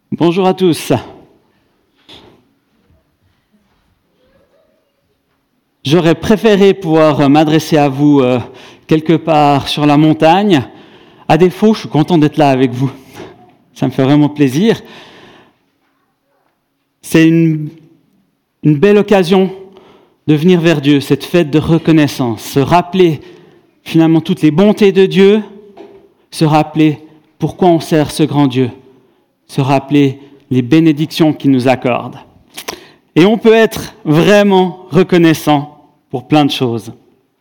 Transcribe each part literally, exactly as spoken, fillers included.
Bonjour à tous. J'aurais préféré pouvoir m'adresser à vous euh, quelque part sur la montagne. À défaut, je suis content d'être là avec vous. Ça me fait vraiment plaisir. C'est une, une belle occasion de venir vers Dieu, cette fête de reconnaissance, se rappeler finalement toutes les bontés de Dieu, se rappeler pourquoi on sert ce grand Dieu, se rappeler les bénédictions qu'il nous accorde. Et on peut être vraiment reconnaissant pour plein de choses.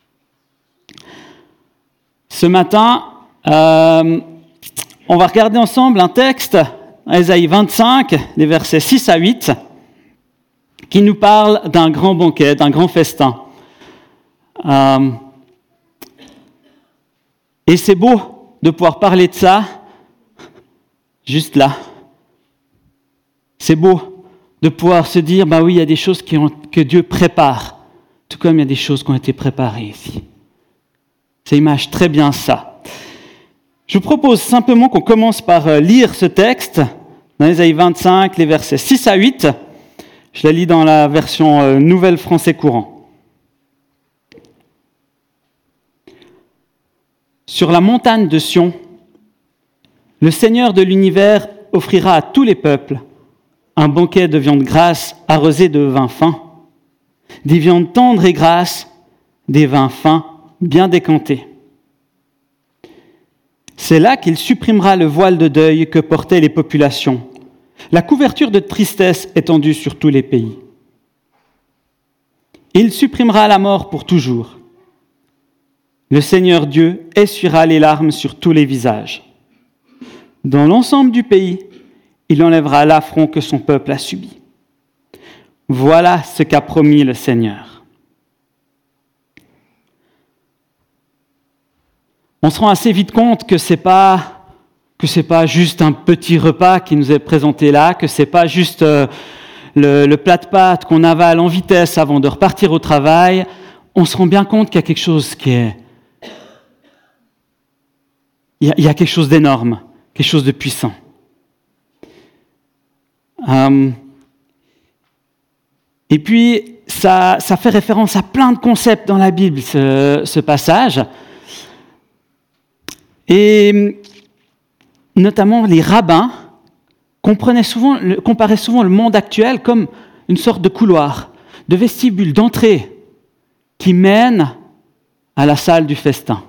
Ce matin, euh, on va regarder ensemble un texte, Ésaïe vingt-cinq, les versets six à huit, qui nous parle d'un grand banquet, d'un grand festin. Euh, et c'est beau de pouvoir parler de ça, juste là. C'est beau de pouvoir se dire, bah oui, il y a des choses qui ont, que Dieu prépare, tout comme il y a des choses qui ont été préparées ici. Ça image très bien ça. Je vous propose simplement qu'on commence par lire ce texte, dans Ésaïe vingt-cinq, les versets six à huit. Je la lis dans la version Nouvelle Français Courant. Sur la montagne de Sion, le Seigneur de l'univers offrira à tous les peuples un banquet de viande grasse arrosée de vin fin, des viandes tendres et grasses, des vins fins bien décantés. C'est là qu'il supprimera le voile de deuil que portaient les populations, la couverture de tristesse étendue sur tous les pays. Il supprimera la mort pour toujours. Le Seigneur Dieu essuiera les larmes sur tous les visages. Dans l'ensemble du pays, il enlèvera l'affront que son peuple a subi. Voilà ce qu'a promis le Seigneur. On se rend assez vite compte que c'est pas que c'est pas juste un petit repas qui nous est présenté là, que c'est pas juste euh, le, le plat de pâtes qu'on avale en vitesse avant de repartir au travail. On se rend bien compte qu'il y a quelque chose qui est il y a, il y a quelque chose d'énorme, quelque chose de puissant. Euh, et puis, ça, ça fait référence à plein de concepts dans la Bible, ce, ce passage. Et notamment, les rabbins comprenaient souvent, comparaient souvent le monde actuel comme une sorte de couloir, de vestibule, d'entrée qui mène à la salle du festin.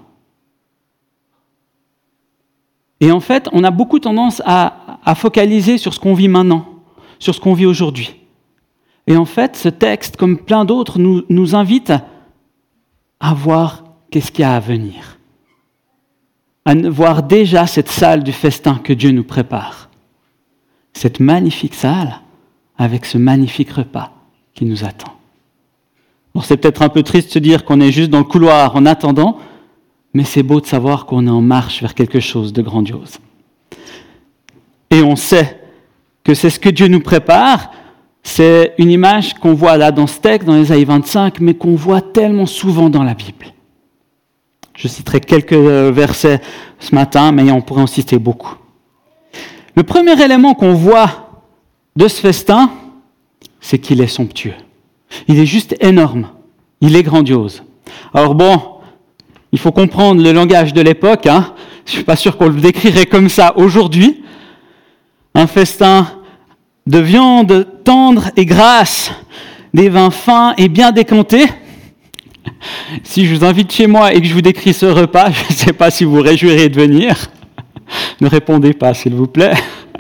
Et en fait, on a beaucoup tendance à, à focaliser sur ce qu'on vit maintenant, sur ce qu'on vit aujourd'hui. Et en fait, ce texte, comme plein d'autres, nous, nous invite à voir qu'est-ce qu'il y a à venir. À voir déjà cette salle du festin que Dieu nous prépare. Cette magnifique salle avec ce magnifique repas qui nous attend. Bon, c'est peut-être un peu triste de se dire qu'on est juste dans le couloir en attendant, mais c'est beau de savoir qu'on est en marche vers quelque chose de grandiose. Et on sait que c'est ce que Dieu nous prépare. C'est une image qu'on voit là dans ce texte, dans Ésaïe vingt-cinq, mais qu'on voit tellement souvent dans la Bible. Je citerai quelques versets ce matin, mais on pourrait en citer beaucoup. Le premier élément qu'on voit de ce festin, c'est qu'il est somptueux. Il est juste énorme. Il est grandiose. Alors bon, il faut comprendre le langage de l'époque. Hein. Je ne suis pas sûr qu'on le décrirait comme ça aujourd'hui. Un festin de viande tendre et grasse, des vins fins et bien décantés. Si je vous invite chez moi et que je vous décris ce repas, je ne sais pas si vous vous réjouirez de venir. Ne répondez pas, s'il vous plaît.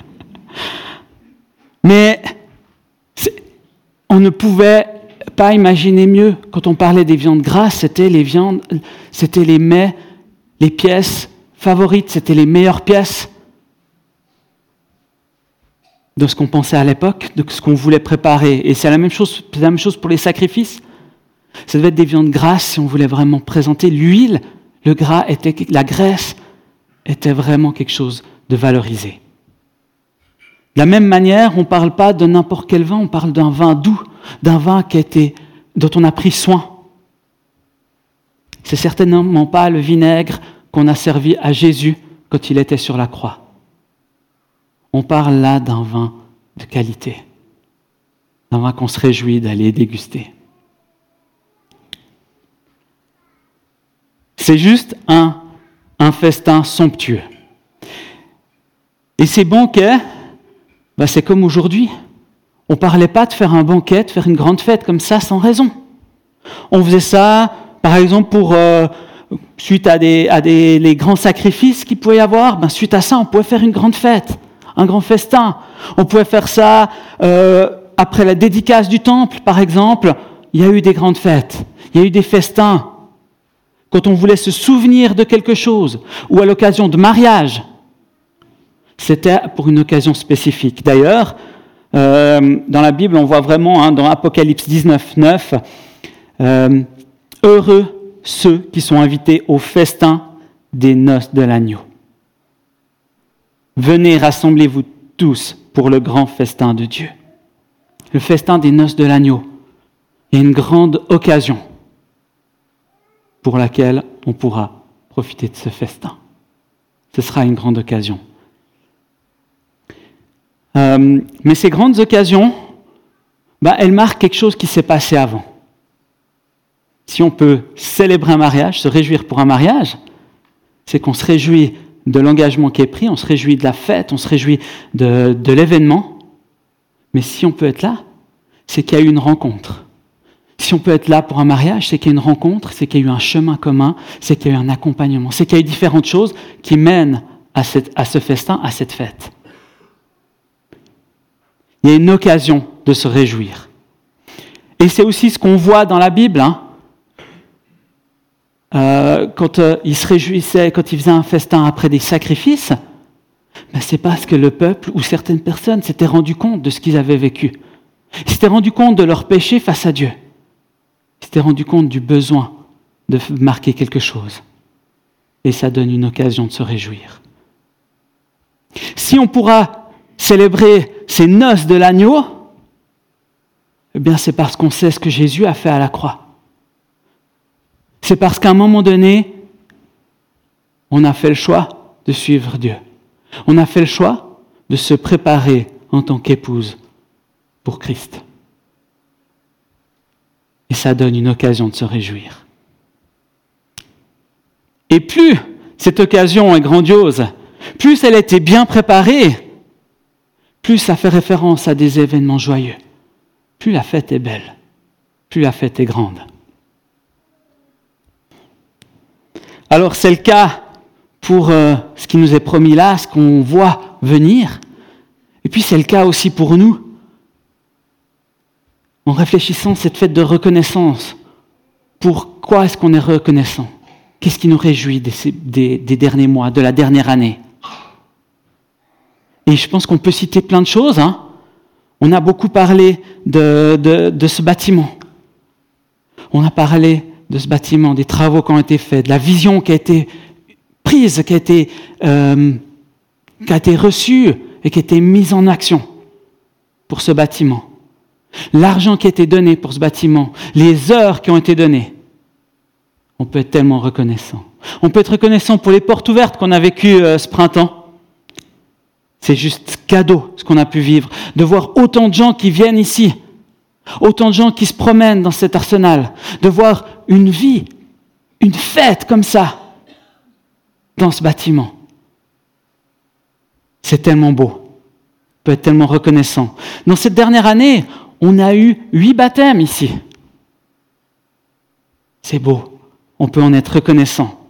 Mais on ne pouvait pas imaginer mieux. Quand on parlait des viandes grasses, c'était les viandes, c'était les mets, les pièces favorites, c'était les meilleures pièces de ce qu'on pensait à l'époque, de ce qu'on voulait préparer. Et c'est la même chose, c'est la même chose pour les sacrifices. Ça devait être des viandes grasses si on voulait vraiment présenter. L'huile, le gras, était, la graisse était vraiment quelque chose de valorisé. De la même manière, on ne parle pas de n'importe quel vin, on parle d'un vin doux, d'un vin qui a été, dont on a pris soin. C'est certainement pas le vinaigre qu'on a servi à Jésus quand il était sur la croix. On parle là d'un vin de qualité, d'un vin qu'on se réjouit d'aller déguster. C'est juste un, un festin somptueux. Et ces banquets, ben c'est comme aujourd'hui. On ne parlait pas de faire un banquet, de faire une grande fête comme ça sans raison. On faisait ça, par exemple, pour euh, suite à, des, à des, les grands sacrifices qu'il pouvait y avoir. Ben, suite à ça, on pouvait faire une grande fête, un grand festin. On pouvait faire ça euh, après la dédicace du temple, par exemple. Il y a eu des grandes fêtes, il y a eu des festins. Quand on voulait se souvenir de quelque chose, ou à l'occasion de mariage, c'était pour une occasion spécifique. D'ailleurs, euh, dans la Bible, on voit vraiment, hein, dans Apocalypse dix-neuf, neuf, euh, « Heureux ceux qui sont invités au festin des noces de l'agneau. Venez, rassemblez-vous tous pour le grand festin de Dieu. » Le festin des noces de l'agneau est une grande occasion pour laquelle on pourra profiter de ce festin. Ce sera une grande occasion. Euh, mais ces grandes occasions, bah, elles marquent quelque chose qui s'est passé avant. Si on peut célébrer un mariage, se réjouir pour un mariage, c'est qu'on se réjouit de l'engagement qui est pris, on se réjouit de la fête, on se réjouit de, de l'événement. Mais si on peut être là, c'est qu'il y a eu une rencontre. Si on peut être là pour un mariage, c'est qu'il y a une rencontre, c'est qu'il y a eu un chemin commun, c'est qu'il y a eu un accompagnement, c'est qu'il y a eu différentes choses qui mènent à, cette, à ce festin, à cette fête. Il y a une occasion de se réjouir. Et c'est aussi ce qu'on voit dans la Bible. Hein. Euh, quand euh, ils se réjouissaient, quand ils faisaient un festin après des sacrifices, ben c'est parce que le peuple ou certaines personnes s'étaient rendu compte de ce qu'ils avaient vécu. Ils s'étaient rendu compte de leur péché face à Dieu. Ils s'étaient rendu compte du besoin de marquer quelque chose. Et ça donne une occasion de se réjouir. Si on pourra célébrer ces noces de l'agneau, eh bien c'est parce qu'on sait ce que Jésus a fait à la croix. C'est parce qu'à un moment donné, on a fait le choix de suivre Dieu. On a fait le choix de se préparer en tant qu'épouse pour Christ. Et ça donne une occasion de se réjouir. Et plus cette occasion est grandiose, plus elle a été bien préparée, plus ça fait référence à des événements joyeux. Plus la fête est belle, plus la fête est grande. Alors c'est le cas pour euh, ce qui nous est promis là, ce qu'on voit venir. Et puis c'est le cas aussi pour nous. En réfléchissant à cette fête de reconnaissance, pourquoi est-ce qu'on est reconnaissant ? Qu'est-ce qui nous réjouit des, des, des derniers mois, de la dernière année ? Et je pense qu'on peut citer plein de choses. Hein. On a beaucoup parlé de, de, de ce bâtiment. On a parlé de ce bâtiment, des travaux qui ont été faits, de la vision qui a été prise, qui a été, euh, qui a été reçue et qui a été mise en action pour ce bâtiment. L'argent qui a été donné pour ce bâtiment, les heures qui ont été données. On peut être tellement reconnaissant. On peut être reconnaissant pour les portes ouvertes qu'on a vécues euh, ce printemps. C'est juste cadeau, ce qu'on a pu vivre, de voir autant de gens qui viennent ici, autant de gens qui se promènent dans cet arsenal, de voir une vie, une fête comme ça, dans ce bâtiment. C'est tellement beau, on peut être tellement reconnaissant. Dans cette dernière année, on a eu huit baptêmes ici. C'est beau, on peut en être reconnaissant.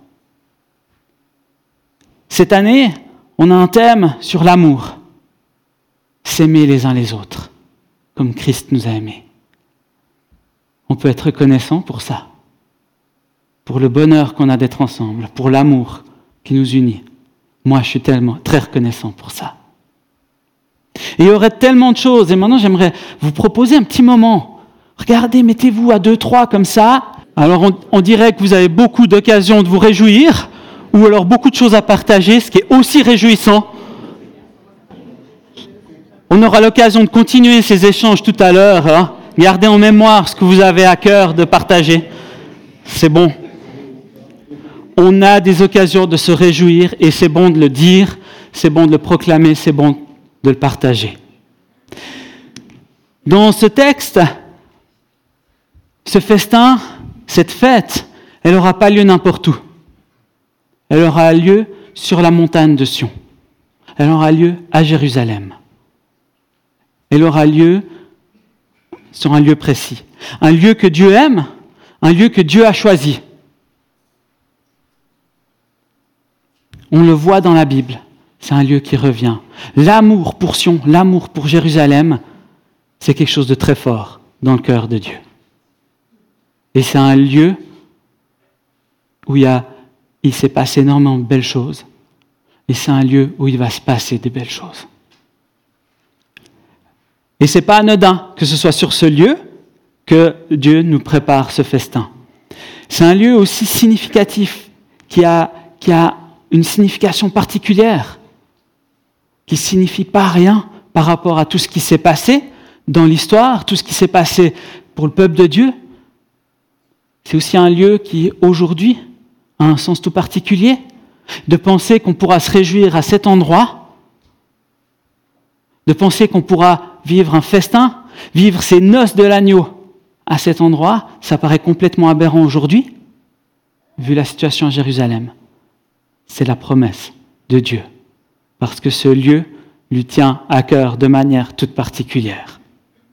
Cette année, on a un thème sur l'amour. S'aimer les uns les autres, comme Christ nous a aimés. On peut être reconnaissant pour ça, pour le bonheur qu'on a d'être ensemble, pour l'amour qui nous unit. Moi, je suis tellement très reconnaissant pour ça. Et il y aurait tellement de choses, et maintenant j'aimerais vous proposer un petit moment. Regardez, mettez-vous à deux, trois comme ça. Alors on, on dirait que vous avez beaucoup d'occasions de vous réjouir, ou alors beaucoup de choses à partager, ce qui est aussi réjouissant. On aura l'occasion de continuer ces échanges tout à l'heure. Hein. Gardez en mémoire ce que vous avez à cœur de partager. C'est bon. On a des occasions de se réjouir et c'est bon de le dire, c'est bon de le proclamer, c'est bon de le partager. Dans ce texte, ce festin, cette fête, elle n'aura pas lieu n'importe où. Elle aura lieu sur la montagne de Sion. Elle aura lieu à Jérusalem. Elle aura lieu sur un lieu précis. Un lieu que Dieu aime, un lieu que Dieu a choisi. On le voit dans la Bible, c'est un lieu qui revient. L'amour pour Sion, l'amour pour Jérusalem, c'est quelque chose de très fort dans le cœur de Dieu. Et c'est un lieu où il, y a, il s'est passé énormément de belles choses. Et c'est un lieu où il va se passer des belles choses. Et ce n'est pas anodin que ce soit sur ce lieu que Dieu nous prépare ce festin. C'est un lieu aussi significatif, qui a, qui a une signification particulière, qui ne signifie pas rien par rapport à tout ce qui s'est passé dans l'histoire, tout ce qui s'est passé pour le peuple de Dieu. C'est aussi un lieu qui, aujourd'hui, a un sens tout particulier, de penser qu'on pourra se réjouir à cet endroit, de penser qu'on pourra vivre un festin, vivre ces noces de l'agneau à cet endroit, ça paraît complètement aberrant aujourd'hui, vu la situation à Jérusalem. C'est la promesse de Dieu, parce que ce lieu lui tient à cœur de manière toute particulière.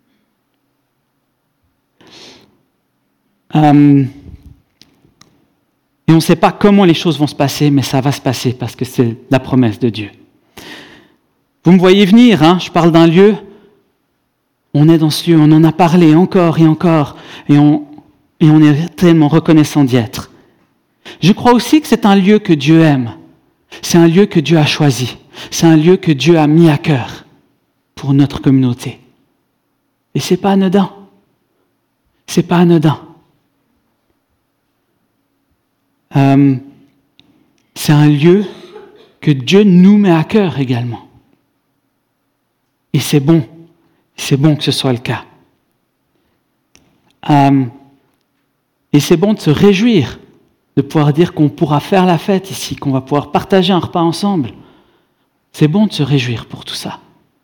Euh, et on ne sait pas comment les choses vont se passer, mais ça va se passer, parce que c'est la promesse de Dieu. Vous me voyez venir, hein, je parle d'un lieu, on est dans ce lieu, on en a parlé encore et encore, et on, et on est tellement reconnaissant d'y être. Je crois aussi que c'est un lieu que Dieu aime, c'est un lieu que Dieu a choisi, c'est un lieu que Dieu a mis à cœur pour notre communauté. Et c'est pas anodin, c'est pas anodin. Euh, c'est un lieu que Dieu nous met à cœur également. Et c'est bon, c'est bon que ce soit le cas. Euh, et c'est bon de se réjouir, de pouvoir dire qu'on pourra faire la fête ici, qu'on va pouvoir partager un repas ensemble. C'est bon de se réjouir pour tout ça.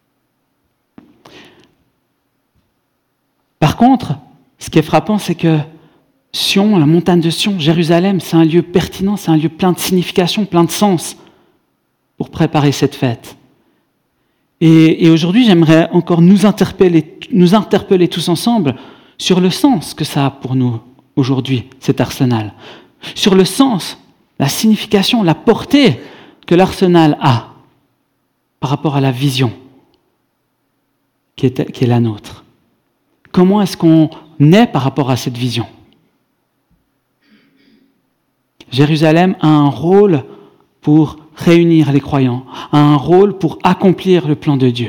Par contre, ce qui est frappant, c'est que Sion, la montagne de Sion, Jérusalem, c'est un lieu pertinent, c'est un lieu plein de signification, plein de sens pour préparer cette fête. Et, et aujourd'hui, j'aimerais encore nous interpeller, nous interpeller tous ensemble sur le sens que ça a pour nous aujourd'hui, cet arsenal. Sur le sens, la signification, la portée que l'arsenal a par rapport à la vision qui est, qui est la nôtre. Comment est-ce qu'on est par rapport à cette vision ? Jérusalem a un rôle pour réunir les croyants, a un rôle pour accomplir le plan de Dieu.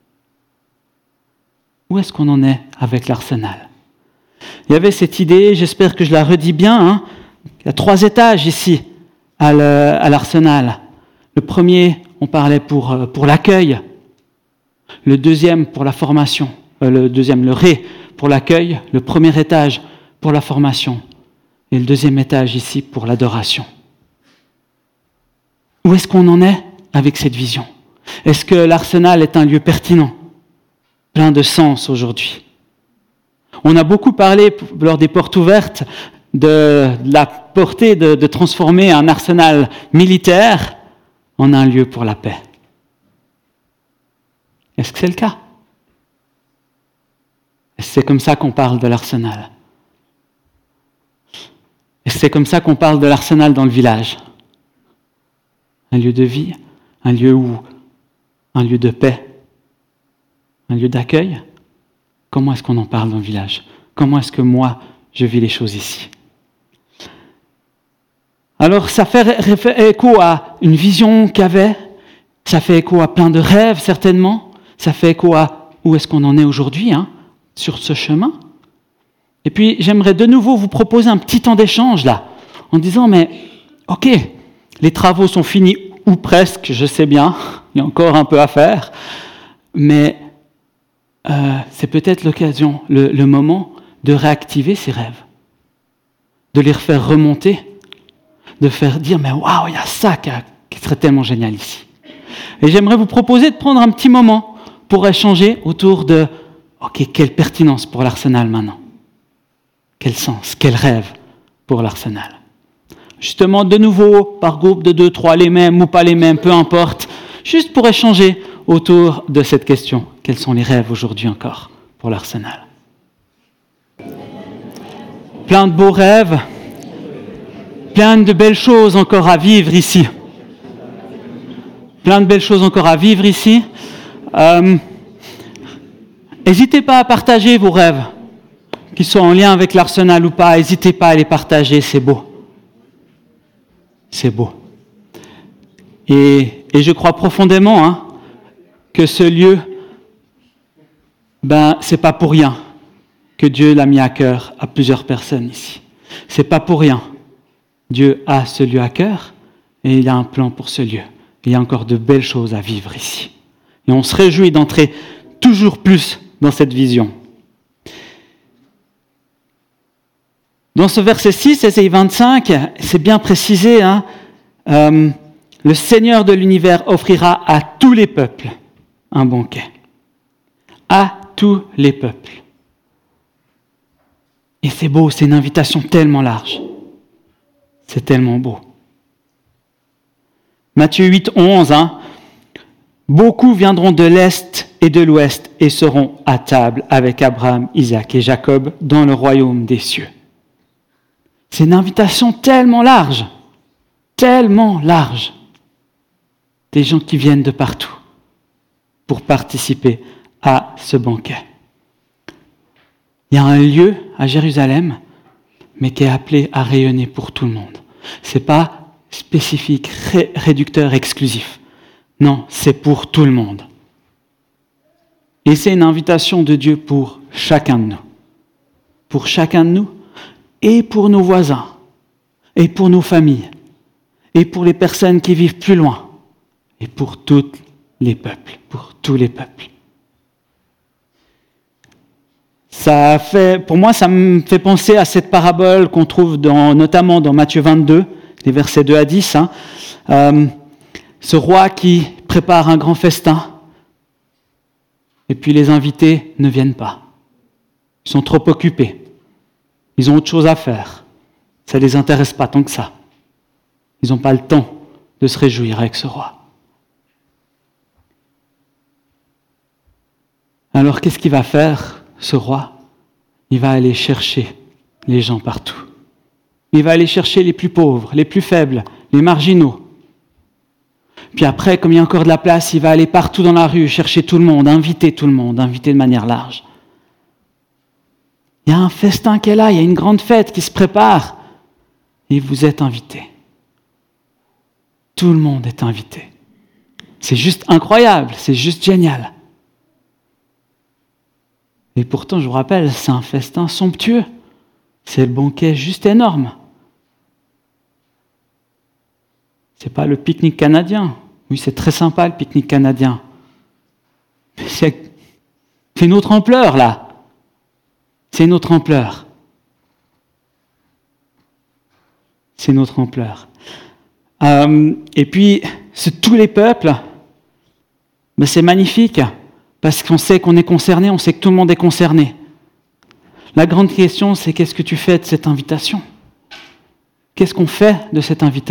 Où est-ce qu'on en est avec l'arsenal ? Il y avait cette idée, j'espère que je la redis bien, hein, il y a trois étages ici à, le, à l'arsenal. Le premier, on parlait pour, pour l'accueil. Le deuxième, pour la formation. Euh, le deuxième, le ré, pour l'accueil. Le premier étage, pour la formation. Et le deuxième étage ici, pour l'adoration. Où est-ce qu'on en est avec cette vision ? Est-ce que l'arsenal est un lieu pertinent, plein de sens aujourd'hui ? On a beaucoup parlé, lors des portes ouvertes, de la portée de, de transformer un arsenal militaire en un lieu pour la paix. Est-ce que c'est le cas ? Est-ce que c'est comme ça qu'on parle de l'arsenal ? Est-ce que c'est comme ça qu'on parle de l'arsenal dans le village ? Un lieu de vie, un lieu où, un lieu de paix, un lieu d'accueil. Comment est-ce qu'on en parle dans le village ? Comment est-ce que moi, je vis les choses ici ? Alors, ça fait écho à une vision qu'avait, ça fait écho à plein de rêves, certainement, ça fait écho à où est-ce qu'on en est aujourd'hui, hein, sur ce chemin. Et puis, j'aimerais de nouveau vous proposer un petit temps d'échange, là, en disant, mais, ok, les travaux sont finis, ou presque, je sais bien, il y a encore un peu à faire, mais euh, c'est peut-être l'occasion, le, le moment de réactiver ces rêves, de les refaire remonter, de faire dire, mais waouh, il y a ça qui, a, qui serait tellement génial ici. Et j'aimerais vous proposer de prendre un petit moment pour échanger autour de « Ok, quelle pertinence pour l'Arsenal maintenant ? Quel sens, quel rêve pour l'Arsenal ?» Justement, de nouveau, par groupe de deux, trois, les mêmes ou pas les mêmes, peu importe, juste pour échanger autour de cette question. Quels sont les rêves aujourd'hui encore pour l'Arsenal ? Plein de beaux rêves, plein de belles choses encore à vivre ici. Plein de belles choses encore à vivre ici. Euh, n'hésitez pas à partager vos rêves, qu'ils soient en lien avec l'Arsenal ou pas. N'hésitez pas à les partager, c'est beau. C'est beau. Et, et je crois profondément hein, que ce lieu, ben, c'est pas pour rien que Dieu l'a mis à cœur à plusieurs personnes ici. C'est pas pour rien. Dieu a ce lieu à cœur et il a un plan pour ce lieu. Il y a encore de belles choses à vivre ici. Et on se réjouit d'entrer toujours plus dans cette vision. Dans ce verset six, Ésaïe vingt-cinq, c'est bien précisé, hein, euh, le Seigneur de l'univers offrira à tous les peuples un banquet. À tous les peuples. Et c'est beau, c'est une invitation tellement large. C'est tellement beau. Matthieu huit, onze, hein, beaucoup viendront de l'Est et de l'Ouest et seront à table avec Abraham, Isaac et Jacob dans le royaume des cieux. C'est une invitation tellement large, tellement large. Des gens qui viennent de partout pour participer à ce banquet. Il y a un lieu à Jérusalem, mais qui est appelé à rayonner pour tout le monde. Ce n'est pas spécifique, ré- réducteur, exclusif. Non, c'est pour tout le monde. Et c'est une invitation de Dieu pour chacun de nous. Pour chacun de nous, et pour nos voisins, et pour nos familles, et pour les personnes qui vivent plus loin, et pour tous les peuples, pour tous les peuples. Ça fait, pour moi, ça me fait penser à cette parabole qu'on trouve dans, notamment dans Matthieu vingt-deux, les versets deux à dix. Hein. Euh, ce roi qui prépare un grand festin, et puis les invités ne viennent pas. Ils sont trop occupés. Ils ont autre chose à faire. Ça ne les intéresse pas tant que ça. Ils n'ont pas le temps de se réjouir avec ce roi. Alors qu'est-ce qu'il va faire, ce roi ? Il va aller chercher les gens partout. Il va aller chercher les plus pauvres, les plus faibles, les marginaux. Puis après, comme il y a encore de la place, il va aller partout dans la rue, chercher tout le monde, inviter tout le monde, inviter de manière large. Il y a un festin qui est là, il y a une grande fête qui se prépare. Et vous êtes invités. Tout le monde est invité. C'est juste incroyable, c'est juste génial. Et pourtant, je vous rappelle, c'est un festin somptueux. C'est le banquet juste énorme. C'est pas le pique-nique canadien. Oui, c'est très sympa le pique-nique canadien. Mais c'est, c'est une autre ampleur, là. C'est une autre ampleur. C'est une autre ampleur. Euh, et puis, c'est tous les peuples. Ben, c'est magnifique, parce qu'on sait qu'on est concerné, on sait que tout le monde est concerné. La grande question, c'est qu'est-ce que tu fais de cette invitation ? Qu'est-ce qu'on fait de cette invitation ?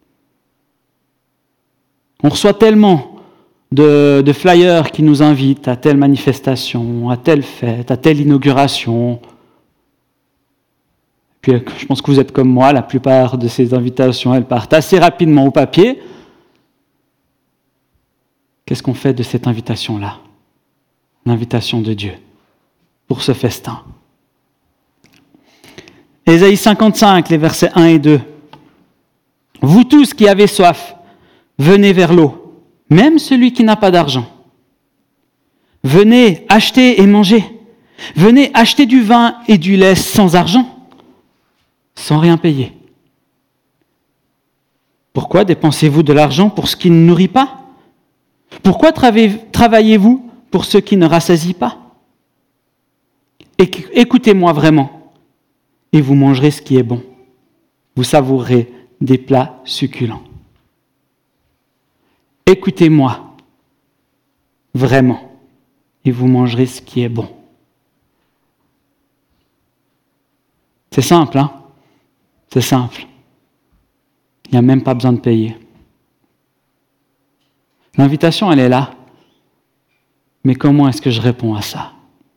On reçoit tellement de, de flyers qui nous invitent à telle manifestation, à telle fête, à telle inauguration. Puis je pense que vous êtes comme moi, la plupart de ces invitations, elles partent assez rapidement au papier. Qu'est-ce qu'on fait de cette invitation-là ? L'invitation de Dieu pour ce festin. Ésaïe cinquante-cinq, les versets un et deux. « Vous tous qui avez soif, venez vers l'eau, même celui qui n'a pas d'argent. Venez acheter et manger. Venez acheter du vin et du lait sans argent, sans rien payer. Pourquoi dépensez-vous de l'argent pour ce qui ne nourrit pas ? Pourquoi travaillez-vous pour ce qui ne rassasie pas ? Écoutez-moi vraiment, et vous mangerez ce qui est bon. Vous savourerez des plats succulents. » écoutez-moi, vraiment, et vous mangerez ce qui est bon. C'est simple, hein? C'est simple. Il n'y a même pas besoin de payer. L'invitation, elle est là. Mais comment est-ce que je réponds à ça?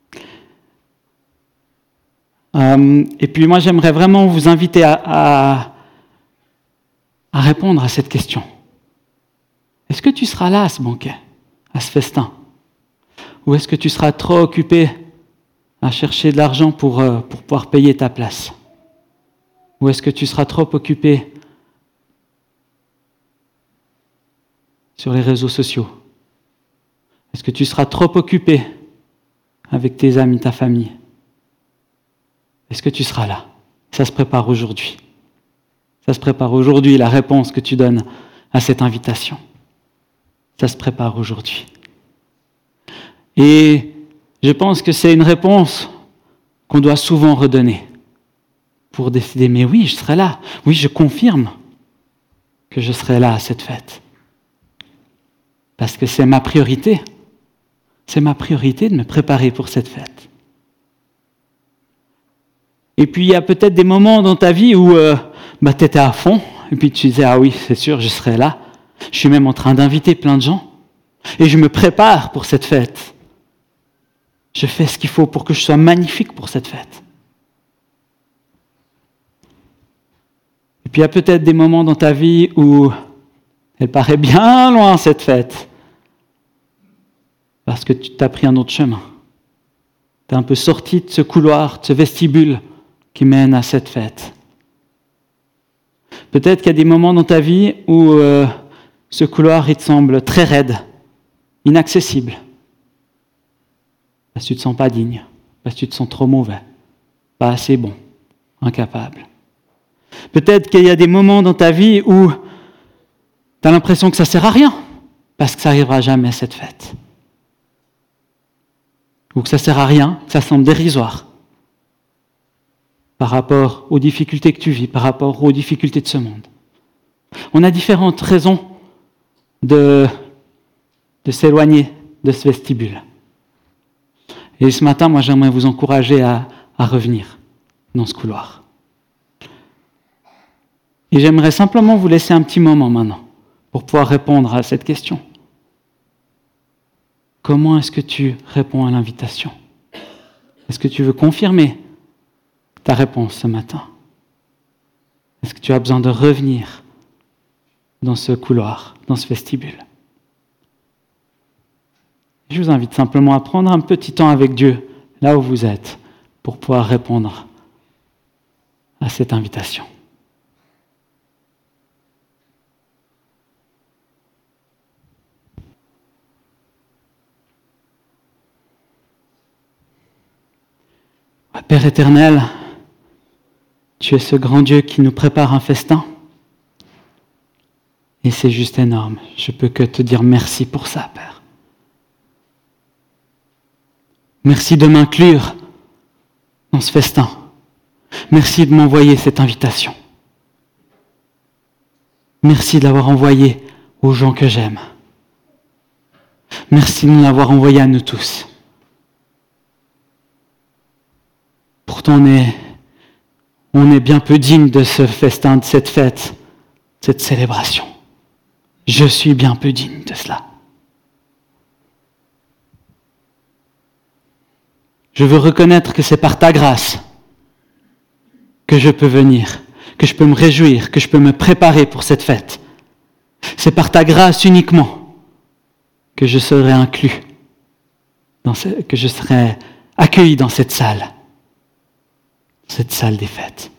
euh, Et puis moi, j'aimerais vraiment vous inviter à, à, à répondre à cette question. Est-ce que tu seras là à ce banquet, à ce festin? Ou est-ce que tu seras trop occupé à chercher de l'argent pour, euh, pour pouvoir payer ta place? Ou est-ce que tu seras trop occupé sur les réseaux sociaux? Est-ce que tu seras trop occupé avec tes amis, ta famille? Est-ce que tu seras là? Ça se prépare aujourd'hui. Ça se prépare aujourd'hui, la réponse que tu donnes à cette invitation. Ça se prépare aujourd'hui. Et je pense que c'est une réponse qu'on doit souvent redonner pour décider, mais oui, je serai là. Oui, je confirme que je serai là à cette fête. Parce que c'est ma priorité. C'est ma priorité de me préparer pour cette fête. Et puis, il y a peut-être des moments dans ta vie où euh, bah, tu étais à fond, et puis tu disais, ah oui, c'est sûr, je serai là. Je suis même en train d'inviter plein de gens. Et je me prépare pour cette fête. Je fais ce qu'il faut pour que je sois magnifique pour cette fête. Et puis, il y a peut-être des moments dans ta vie où elle paraît bien loin, cette fête. Parce que tu t'as pris un autre chemin. Tu es un peu sorti de ce couloir, de ce vestibule qui mène à cette fête. Peut-être qu'il y a des moments dans ta vie où euh, ce couloir, il te semble très raide, inaccessible. Parce que tu ne te sens pas digne, parce que tu te sens trop mauvais, pas assez bon, incapable. Peut-être qu'il y a des moments dans ta vie où tu as l'impression que ça ne sert à rien, parce que ça n'arrivera jamais, cette fête. Ou que ça ne sert à rien, que ça semble dérisoire par rapport aux difficultés que tu vis, par rapport aux difficultés de ce monde. On a différentes raisons de, de s'éloigner de ce vestibule. Et ce matin, moi, j'aimerais vous encourager à, à revenir dans ce couloir. Et j'aimerais simplement vous laisser un petit moment maintenant pour pouvoir répondre à cette question. Comment est-ce que tu réponds à l'invitation? Est-ce que tu veux confirmer ta réponse ce matin? Est-ce que tu as besoin de revenir dans ce couloir, dans ce vestibule? Je vous invite simplement à prendre un petit temps avec Dieu, là où vous êtes, pour pouvoir répondre à cette invitation. Père éternel, tu es ce grand Dieu qui nous prépare un festin. Et c'est juste énorme. Je peux que te dire merci pour ça, Père. Merci de m'inclure dans ce festin. Merci de m'envoyer cette invitation. Merci de l'avoir envoyé aux gens que j'aime. Merci de nous l'avoir envoyé à nous tous. Pourtant, on est, on est bien peu digne de ce festin, de cette fête, de cette célébration. Je suis bien peu digne de cela. Je veux reconnaître que c'est par ta grâce que je peux venir, que je peux me réjouir, que je peux me préparer pour cette fête. C'est par ta grâce uniquement que je serai inclus, dans ce, que je serai accueilli dans cette salle. Cette salle des fêtes.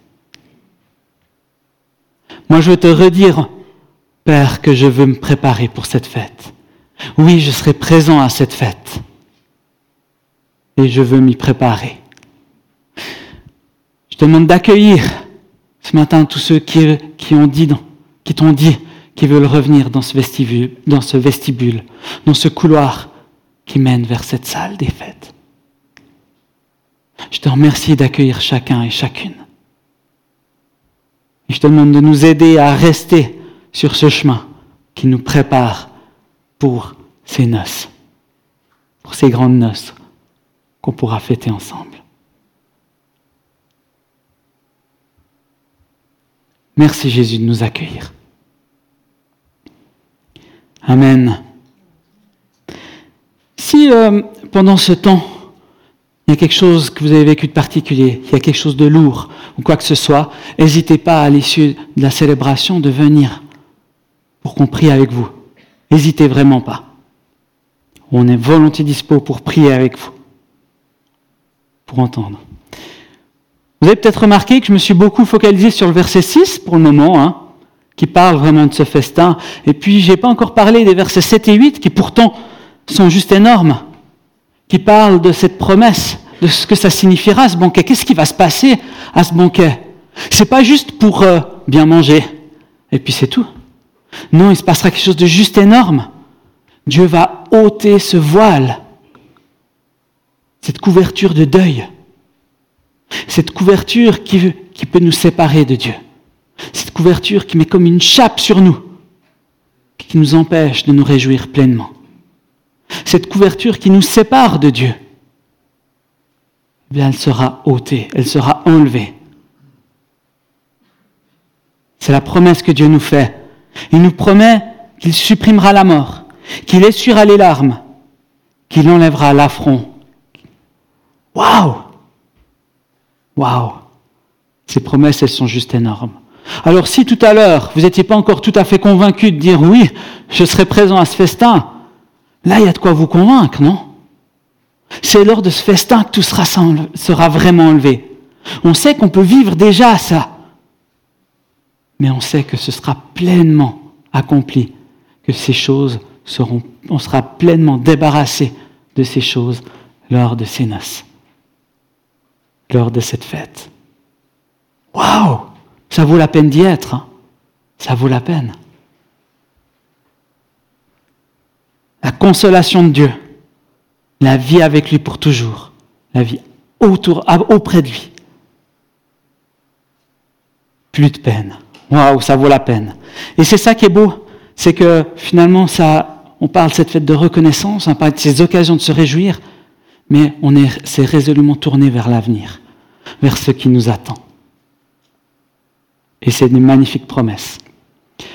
Moi, je veux te redire, Père, que je veux me préparer pour cette fête. Oui, je serai présent à cette fête. Et je veux m'y préparer. Je te demande d'accueillir ce matin tous ceux qui, qui, ont dit, qui t'ont dit qu'ils veulent revenir dans ce vestibule, dans ce vestibule, dans ce couloir qui mène vers cette salle des fêtes. Je te remercie d'accueillir chacun et chacune. Et je te demande de nous aider à rester sur ce chemin qui nous prépare pour ces noces, pour ces grandes noces qu'on pourra fêter ensemble. Merci Jésus de nous accueillir. Amen. Si euh, pendant ce temps, il y a quelque chose que vous avez vécu de particulier, il y a quelque chose de lourd ou quoi que ce soit, n'hésitez pas à l'issue de la célébration de venir pour qu'on prie avec vous. N'hésitez vraiment pas. On est volontiers dispo pour prier avec vous, pour entendre. Vous avez peut-être remarqué que je me suis beaucoup focalisé sur le verset six pour le moment, hein, qui parle vraiment de ce festin. Et puis, je n'ai pas encore parlé des versets sept et huit, qui pourtant sont juste énormes, qui parlent de cette promesse, de ce que ça signifiera, ce banquet. Qu'est-ce qui va se passer à ce banquet ? C'est pas juste pour euh, bien manger, et puis c'est tout. Non, il se passera quelque chose de juste énorme. Dieu va ôter ce voile, cette couverture de deuil, cette couverture qui, qui peut nous séparer de Dieu, cette couverture qui met comme une chape sur nous, qui nous empêche de nous réjouir pleinement, cette couverture qui nous sépare de Dieu. Eh bien, elle sera ôtée, elle sera enlevée. C'est la promesse que Dieu nous fait. Il nous promet qu'il supprimera la mort, qu'il essuiera les larmes, qu'il enlèvera l'affront. Waouh! Waouh! Ces promesses, elles sont juste énormes. Alors si tout à l'heure, vous n'étiez pas encore tout à fait convaincu de dire oui, je serai présent à ce festin, là, il y a de quoi vous convaincre, non? C'est lors de ce festin que tout sera, sera vraiment enlevé. On sait qu'on peut vivre déjà ça, mais on sait que ce sera pleinement accompli, que ces choses seront, on sera pleinement débarrassé de ces choses lors de ces noces, lors de cette fête. Waouh! Ça vaut la peine d'y être, hein? Ça vaut la peine. La consolation de Dieu, la vie avec lui pour toujours, la vie autour, auprès de lui. Plus de peine. Waouh, ça vaut la peine. Et c'est ça qui est beau, c'est que finalement, ça, on parle de cette fête de reconnaissance, on parle de ces occasions de se réjouir, mais on est, c'est résolument tourné vers l'avenir, vers ce qui nous attend. Et c'est une magnifique promesse.